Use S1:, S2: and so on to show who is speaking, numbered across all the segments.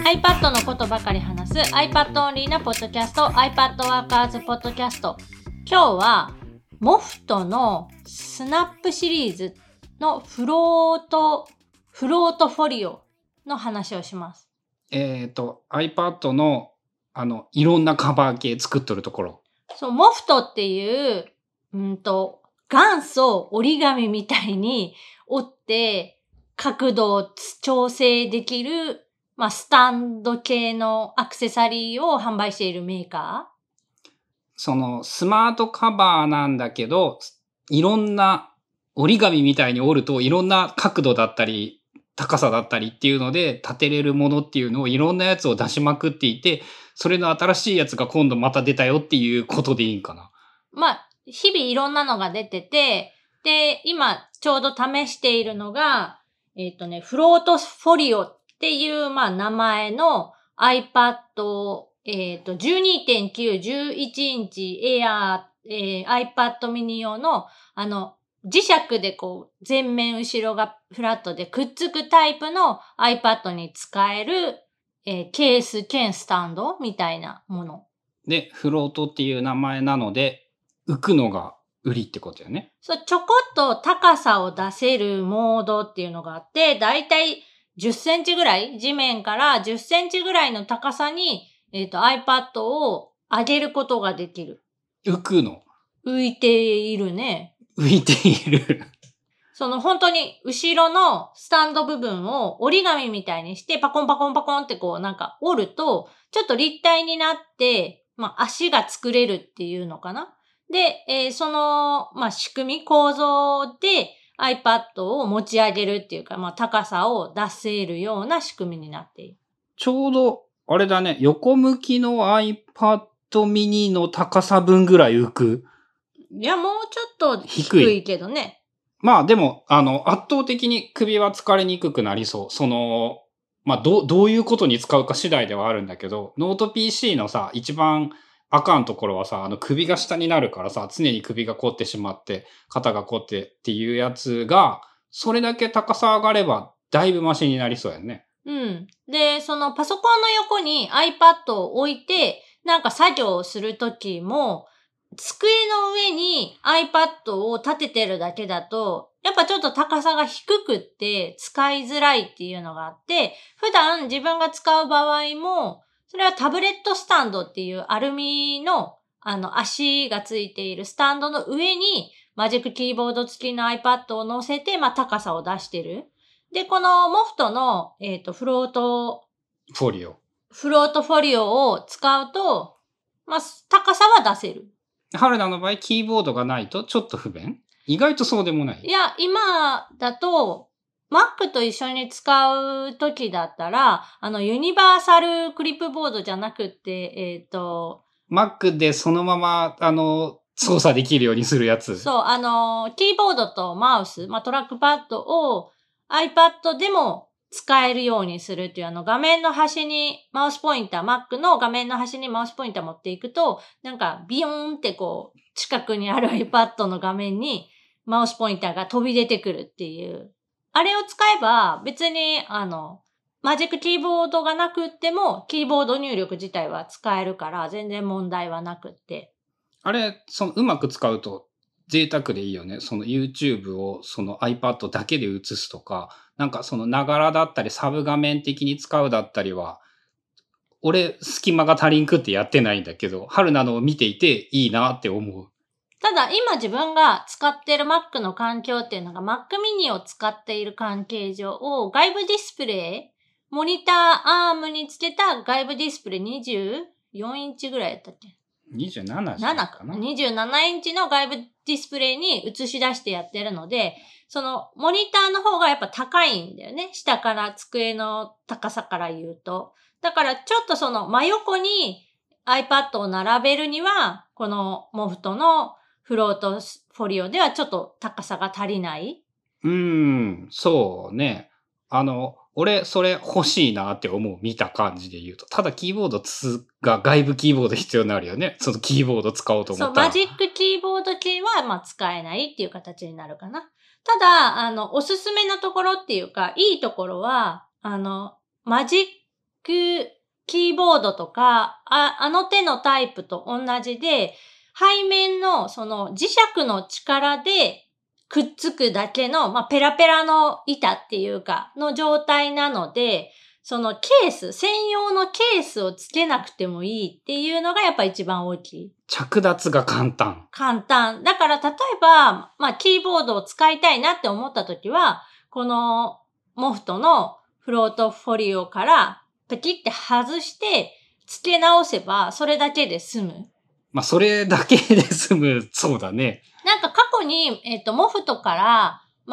S1: iPad のことばかり話す iPad オンリーなポッドキャスト iPad ワーカーズポッドキャスト。今日はモフトのスナップシリーズのフロートフォリオの話をします。
S2: iPad のいろんなカバー系作っとるところ。
S1: そう、モフトっていう元祖折り紙みたいに折って角度を調整できるスタンド系のアクセサリーを販売しているメーカー。
S2: そのスマートカバーなんだけど、いろんな折り紙みたいに折るといろんな角度だったり高さだったりっていうので立てれるものっていうのをいろんなやつを出しまくっていて、それの新しいやつが今度また出たよっていうことでいいんかな。
S1: 日々いろんなのが出てて、で、今ちょうど試しているのが、フロートフォリオっていう名前の iPad、12.9、11インチ iPad mini 用の磁石で前面後ろがフラットでくっつくタイプの iPad に使える、ケース兼スタンドみたいなもの。
S2: で、フロートっていう名前なので、浮くのが売りってことよね。
S1: そう、ちょこっと高さを出せるモードっていうのがあって、だいたい10センチぐらい、地面から10センチぐらいの高さに、iPad を上げることができる。
S2: 浮くの？
S1: 浮いているね。
S2: 浮いている。
S1: 本当に後ろのスタンド部分を折り紙みたいにしてパコンパコンパコンって折ると、ちょっと立体になって、足が作れるっていうのかな。で、仕組み、構造で iPad を持ち上げるっていうか、高さを出せるような仕組みになっている。
S2: ちょうど、あれだね、横向きの iPad mini の高さ分ぐらい浮く。
S1: いや、もうちょっと低いけどね。
S2: でも、圧倒的に首は疲れにくくなりそう。どういうことに使うか次第ではあるんだけど、ノート PC のさ、一番あかんところはさ、首が下になるからさ、常に首が凝ってしまって、肩が凝ってっていうやつが、それだけ高さ上がれば、だいぶマシになりそうやね。
S1: うん。で、パソコンの横に iPad を置いて、作業をするときも、机の上に iPad を立ててるだけだと、やっぱちょっと高さが低くって使いづらいっていうのがあって、普段自分が使う場合も、それはタブレットスタンドっていうアルミの足がついているスタンドの上にマジックキーボード付きの iPad を乗せて、高さを出してる。で、このモフトの、フロートフォリオを使うと、高さは出せる。
S2: 春菜の場合、キーボードがないとちょっと不便？意外とそうでもない。
S1: いや、今だと、Mac と一緒に使うときだったら、ユニバーサルクリップボードじゃなくて、
S2: Mac でそのまま、操作できるようにするやつ。
S1: そう、キーボードとマウス、トラックパッドを iPad でも使えるようにするっていう画面の端にマウスポインター、Mac の画面の端にマウスポインター持っていくと、ビヨーンって近くにある iPad の画面にマウスポインターが飛び出てくるっていう。あれを使えば別にマジックキーボードがなくってもキーボード入力自体は使えるから全然問題はなくって。
S2: あれ、うまく使うと贅沢でいいよね。YouTube をiPad だけで映すとか、ながらだったりサブ画面的に使うだったりは、俺隙間が足りんくってやってないんだけど、春菜のを見ていていいなって思う。
S1: ただ今自分が使っている Mac の環境っていうのが Mac mini を使っている関係上、外部ディスプレイ、モニターアームにつけた外部ディスプレイ24インチぐらいやったっけ
S2: ？27じゃないかな。
S1: 27インチの外部ディスプレイに映し出してやってるので、モニターの方がやっぱ高いんだよね。下から机の高さから言うと。だからちょっと真横に iPad を並べるには、このモフトのフロートフォリオではちょっと高さが足りない。
S2: そうね。俺、それ欲しいなって思う。見た感じで言うと。ただキーボードが外部キーボード必要になるよね。そのキーボード使おうと思ったら。
S1: そう、マジックキーボード系は使えないっていう形になるかな。ただ、おすすめのところっていうか、いいところは、マジッキーボードとか、あの手のタイプと同じで、背面のその磁石の力でくっつくだけの、ペラペラの板っていうか、の状態なので、そのケース、専用のケースをつけなくてもいいっていうのがやっぱ一番大きい。
S2: 着脱が簡単。
S1: 簡単。だから例えば、キーボードを使いたいなって思った時は、このモフトのフロートフォリオからペキって外して付け直せばそれだけで済む。
S2: それだけで済む、そうだね。
S1: なんか過去に、モフトから、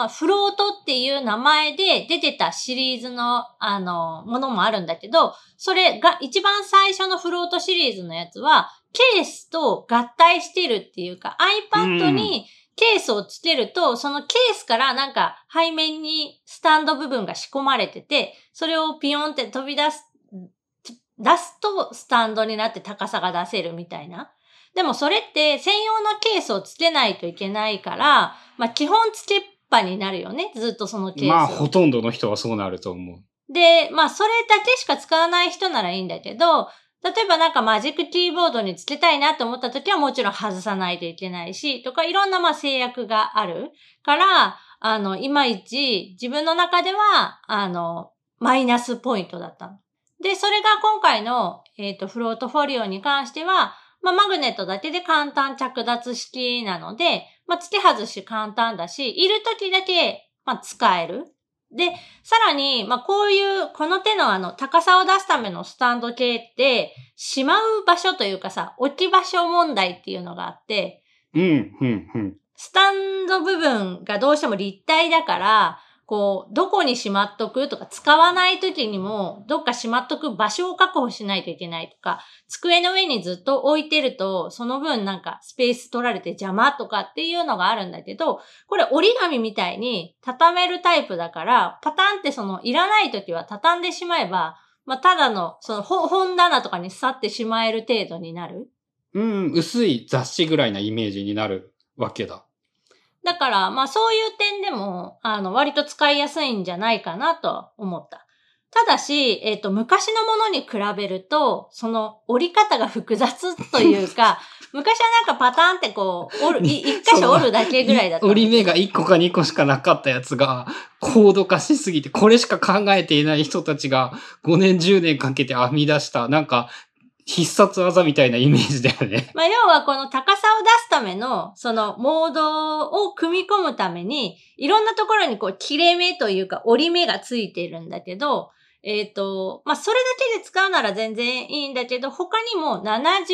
S1: フロートっていう名前で出てたシリーズの、ものもあるんだけど、それが一番最初のフロートシリーズのやつは、ケースと合体してるっていうか、iPad にケースをつけると、そのケースからなんか背面にスタンド部分が仕込まれてて、それをピヨンって飛び出すとスタンドになって高さが出せるみたいな。でもそれって専用のケースをつけないといけないから、基本つけっぱになるよね。ずっとそのケースを。
S2: ほとんどの人はそうなると思う。
S1: で、それだけしか使わない人ならいいんだけど、例えばなんかマジックキーボードにつけたいなと思った時はもちろん外さないといけないし、とかいろんな制約があるから、いまいち自分の中では、マイナスポイントだったの。で、それが今回の、フロートフォリオに関しては、マグネットだけで簡単着脱式なので、付け外し簡単だし、いる時だけ、使える。で、さらに、こういう、この手の高さを出すためのスタンド系って、しまう場所というかさ、置き場所問題っていうのがあって、スタンド部分がどうしても立体だから、どこにしまっとくとか、使わない時にも、どっかしまっとく場所を確保しないといけないとか、机の上にずっと置いてると、その分なんかスペース取られて邪魔とかっていうのがあるんだけど、これ折り紙みたいに畳めるタイプだから、パタンっていらない時は畳んでしまえば、ただの、本棚とかに去ってしまえる程度になる。
S2: 薄い雑誌ぐらいなイメージになるわけだ。
S1: だから、そういう点でも、割と使いやすいんじゃないかなと思った。ただし、昔のものに比べると、その折り方が複雑というか、昔はなんかパターンって一箇所折るだけぐらいだった。
S2: 折り目が1個か2個しかなかったやつが、高度化しすぎて、これしか考えていない人たちが5年10年かけて編み出した、なんか、必殺技みたいなイメージだよね。
S1: 要はこの高さを出すための、そのモードを組み込むために、いろんなところに切れ目というか折り目がついてるんだけど、それだけで使うなら全然いいんだけど、他にも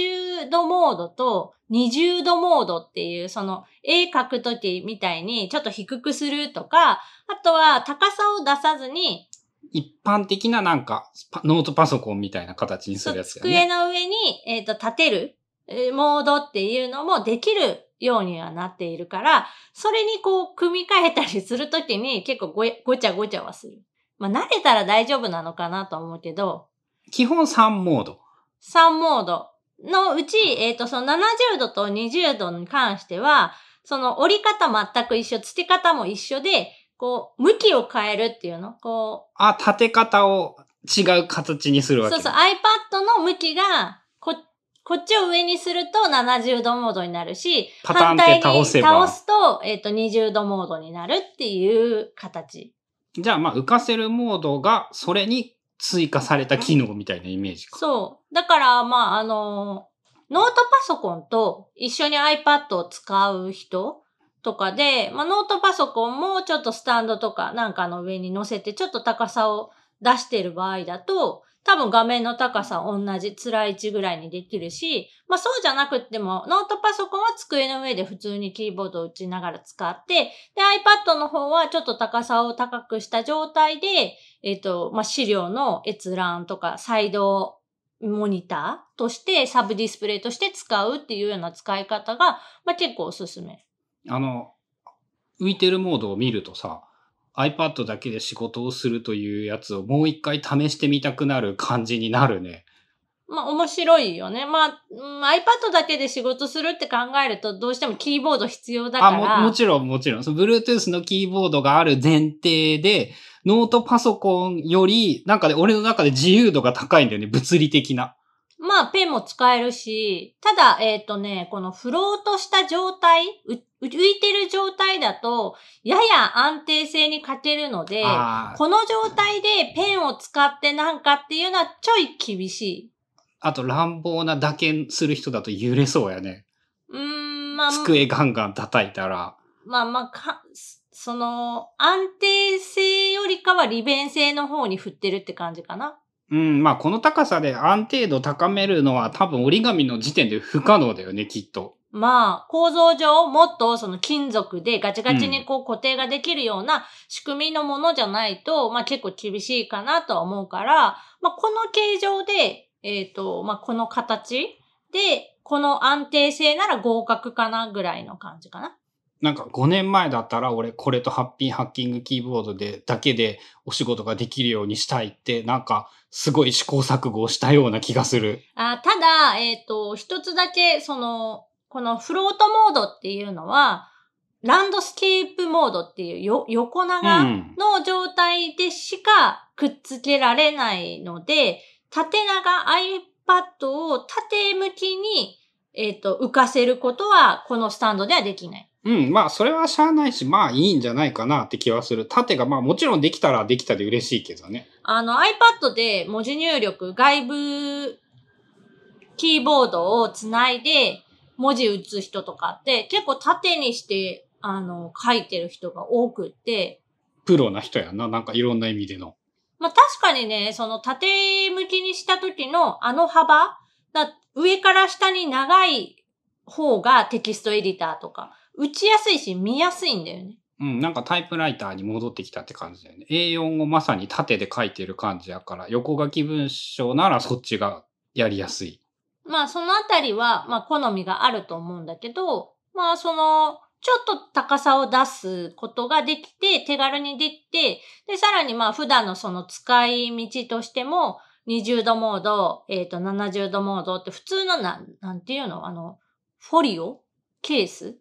S1: 70度モードと20度モードっていう、その絵描くときみたいにちょっと低くするとか、あとは高さを出さずに、
S2: 一般的ななんか、ノートパソコンみたいな形にするやつだよね。
S1: 机の上に、立てる、モードっていうのもできるようにはなっているから、それに組み替えたりするときに結構ごちゃごちゃはする。慣れたら大丈夫なのかなと思うけど。
S2: 基本3モード。
S1: 3モードのうち、その70度と20度に関しては、その折り方全く一緒、付け方も一緒で、向きを変えるっていうの
S2: 立て方を違う形にするわけ。
S1: そう、iPad の向きが、こっちを上にすると70度モードになるし、
S2: パターンって倒せば。
S1: 反対に倒すと、20度モードになるっていう形。
S2: じゃあ浮かせるモードが、それに追加された機能みたいなイメージか。
S1: そう。だから、ノートパソコンと一緒に iPad を使う人とかで、ノートパソコンもちょっとスタンドとかなんかの上に乗せてちょっと高さを出している場合だと、多分画面の高さ同じ、つらい位置ぐらいにできるし、そうじゃなくっても、ノートパソコンは机の上で普通にキーボードを打ちながら使って、で、iPad の方はちょっと高さを高くした状態で、資料の閲覧とか、サイドモニターとして、サブディスプレイとして使うっていうような使い方が、結構おすすめ。
S2: 浮いてるモードを見るとさ、iPad だけで仕事をするというやつをもう一回試してみたくなる感じになるね。
S1: 面白いよね。iPad だけで仕事するって考えるとどうしてもキーボード必要だから。
S2: もちろん。その Bluetooth のキーボードがある前提で、 ノートパソコンより、なんかね、俺の中で自由度が高いんだよね、物理的な。
S1: まあ、ペンも使えるし、ただ、このフロートした状態、浮いてる状態だと、やや安定性に欠けるので、この状態でペンを使ってなんかっていうのはちょい厳しい。
S2: あと乱暴な打鍵する人だと揺れそうやね。
S1: まあ。
S2: 机ガンガン叩いたら。
S1: その、安定性よりかは利便性の方に振ってるって感じかな。
S2: まあこの高さで安定度高めるのは多分折り紙の時点で不可能だよね、きっと。
S1: まあ、構造上もっとその金属でガチガチにこう固定ができるような仕組みのものじゃないと、まあ結構厳しいかなとは思うから、まあこの形状で、まあこの形で、この安定性なら合格かなぐらいの感じかな。
S2: なんか5年前だったら俺これとハッキングキーボードでだけでお仕事ができるようにしたいってなんかすごい試行錯誤をしたような気がする。
S1: ただ、一つだけこのフロートモードっていうのは、ランドスケープモードっていう横長の状態でしかくっつけられないので、縦長 iPad を縦向きに、浮かせることはこのスタンドではできない。
S2: まあそれはしゃあないし、まあいいんじゃないかなって気はする。縦がまあもちろんできたらできたで嬉しいけどね。
S1: iPad で文字入力、外部キーボードをつないで文字打つ人とかって結構縦にして書いてる人が多くって。
S2: プロな人やな、なんかいろんな意味での。
S1: まあ確かにね、その縦向きにした時の幅上から下に長い方がテキストエディターとか、打ちやすいし見やすいんだよね。
S2: なんかタイプライターに戻ってきたって感じだよね。A4 をまさに縦で書いてる感じやから、横書き文章ならそっちがやりやすい。
S1: まあそのあたりは、まあ好みがあると思うんだけど、まあちょっと高さを出すことができて、手軽にできて、で、さらにまあ普段のその使い道としても、20度モード、70度モードって普通のなんていうのフォリオケース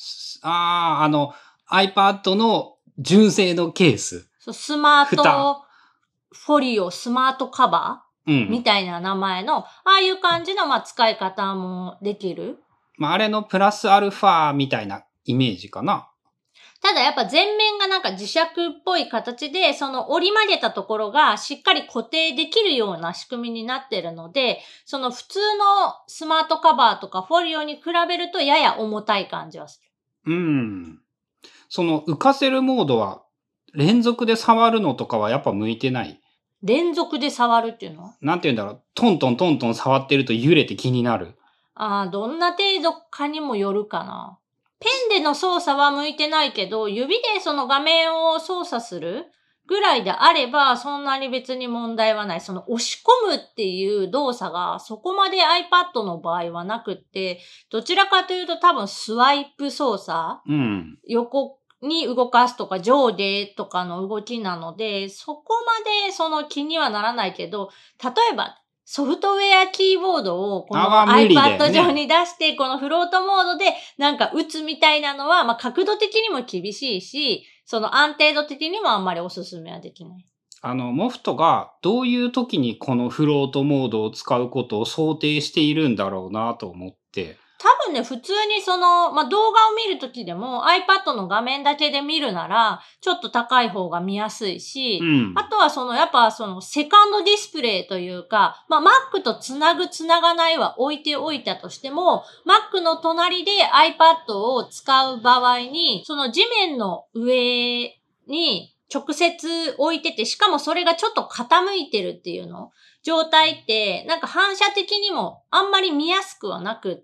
S2: iPad の純正のケース。
S1: そう、スマートフォリオ、スマートカバー、みたいな名前の、ああいう感じのまあ使い方もできる。
S2: まああれのプラスアルファみたいなイメージかな。
S1: ただやっぱ前面がなんか磁石っぽい形で、その折り曲げたところがしっかり固定できるような仕組みになってるので、その普通のスマートカバーとかフォリオに比べるとやや重たい感じはする。
S2: その浮かせるモードは連続で触るのとかはやっぱ向いてない。
S1: 連続で触るっていうのは
S2: なんて言うんだろう。トントントントン触ってると揺れて気になる。
S1: どんな程度かにもよるかな。ペンでの操作は向いてないけど、指でその画面を操作するぐらいであれば、そんなに別に問題はない。その押し込むっていう動作がそこまで iPad の場合はなくって、どちらかというと多分スワイプ操作、横に動かすとか上下とかの動きなので、そこまでその気にはならないけど、例えばソフトウェアキーボードをこの iPad 上に出して、このフロートモードでなんか打つみたいなのは、まあ角度的にも厳しいし、その安定度的にもあんまりおすすめはできない。
S2: モフトがどういう時にこのフロートモードを使うことを想定しているんだろうなと思って。
S1: 多分ね、普通にまあ、動画を見るときでも iPad の画面だけで見るなら、ちょっと高い方が見やすいし、あとはやっぱセカンドディスプレイというか、まあ、Mac とつながないは置いておいたとしても、Mac の隣で iPad を使う場合に、地面の上に直接置いてて、しかもそれがちょっと傾いてるっていうの。状態って、なんか反射的にもあんまり見やすくはなくって、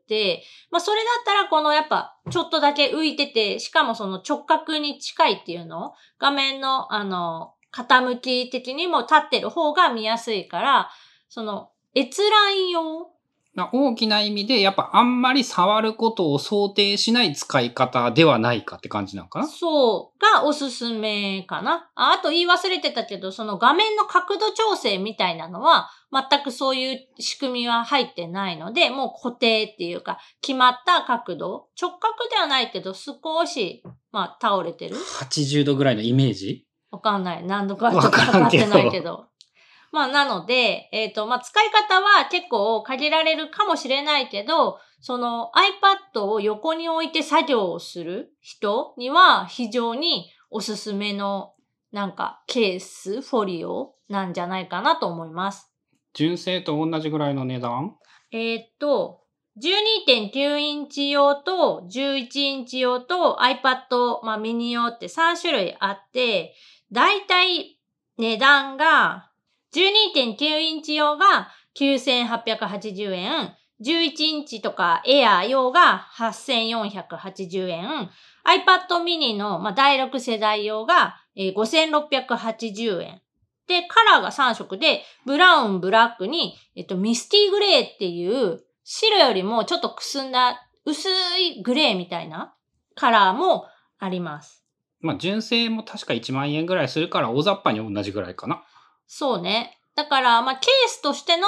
S1: まあそれだったらやっぱちょっとだけ浮いてて、しかも直角に近いっていうの、画面の傾き的にも立ってる方が見やすいから、閲覧用
S2: 大きな意味で、やっぱあんまり触ることを想定しない使い方ではないかって感じなのかな？
S1: そう。がおすすめかな。あと言い忘れてたけど、画面の角度調整みたいなのは、全くそういう仕組みは入ってないので、もう固定っていうか、決まった角度。直角ではないけど、少し、まあ、倒れてる。
S2: 80度ぐらいのイメージ？
S1: わかんない。何度かかってないけど。まあ、なので、まあ、使い方は結構限られるかもしれないけど、その iPad を横に置いて作業をする人には非常におすすめのなんかケース、フォリオなんじゃないかなと思います。
S2: 純正と同じぐらいの値段
S1: 12.9 インチ用と11インチ用と iPad、まあ、ミニ用って3種類あって、だいたい値段が 12.9 インチ用が9880円、11インチとかエアー用が8480円、iPad mini の、まあ、第6世代用が5680円。で、カラーが3色で、ブラウン、ブラックに、ミスティグレーっていう、白よりもちょっとくすんだ薄いグレーみたいなカラーもあります。
S2: まあ、純正も確か1万円ぐらいするから大雑把に同じぐらいかな。
S1: そうね。だから、まあ、ケースとしての、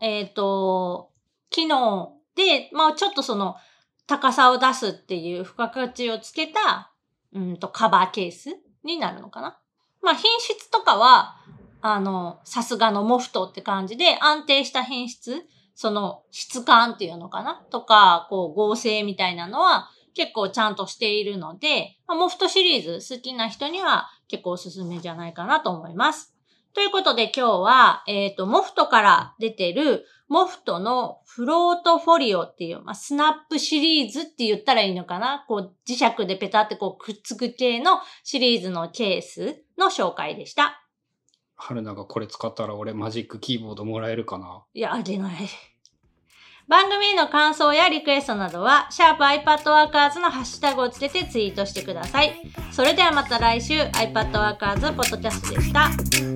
S1: 機能で、まあ、ちょっとその、高さを出すっていう付加価値をつけた、カバーケースになるのかな。まあ、品質とかは、さすがのモフトって感じで安定した品質、その質感っていうのかなとか、こう合成みたいなのは結構ちゃんとしているので、モフトシリーズ好きな人には結構おすすめじゃないかなと思います。ということで今日は、モフトから出てるモフトのフロートフォリオっていう、まあ、スナップシリーズって言ったらいいのかな、こう磁石でペタってこうくっつく系のシリーズのケースの紹介でした。
S2: 春菜がこれ使ったら俺マジックキーボードもらえるかな？
S1: いや、あげない。番組への感想やリクエストなどは、#iPadWorkers のハッシュタグをつけてツイートしてください。それではまた来週、iPadWorkers ポッドキャストでした。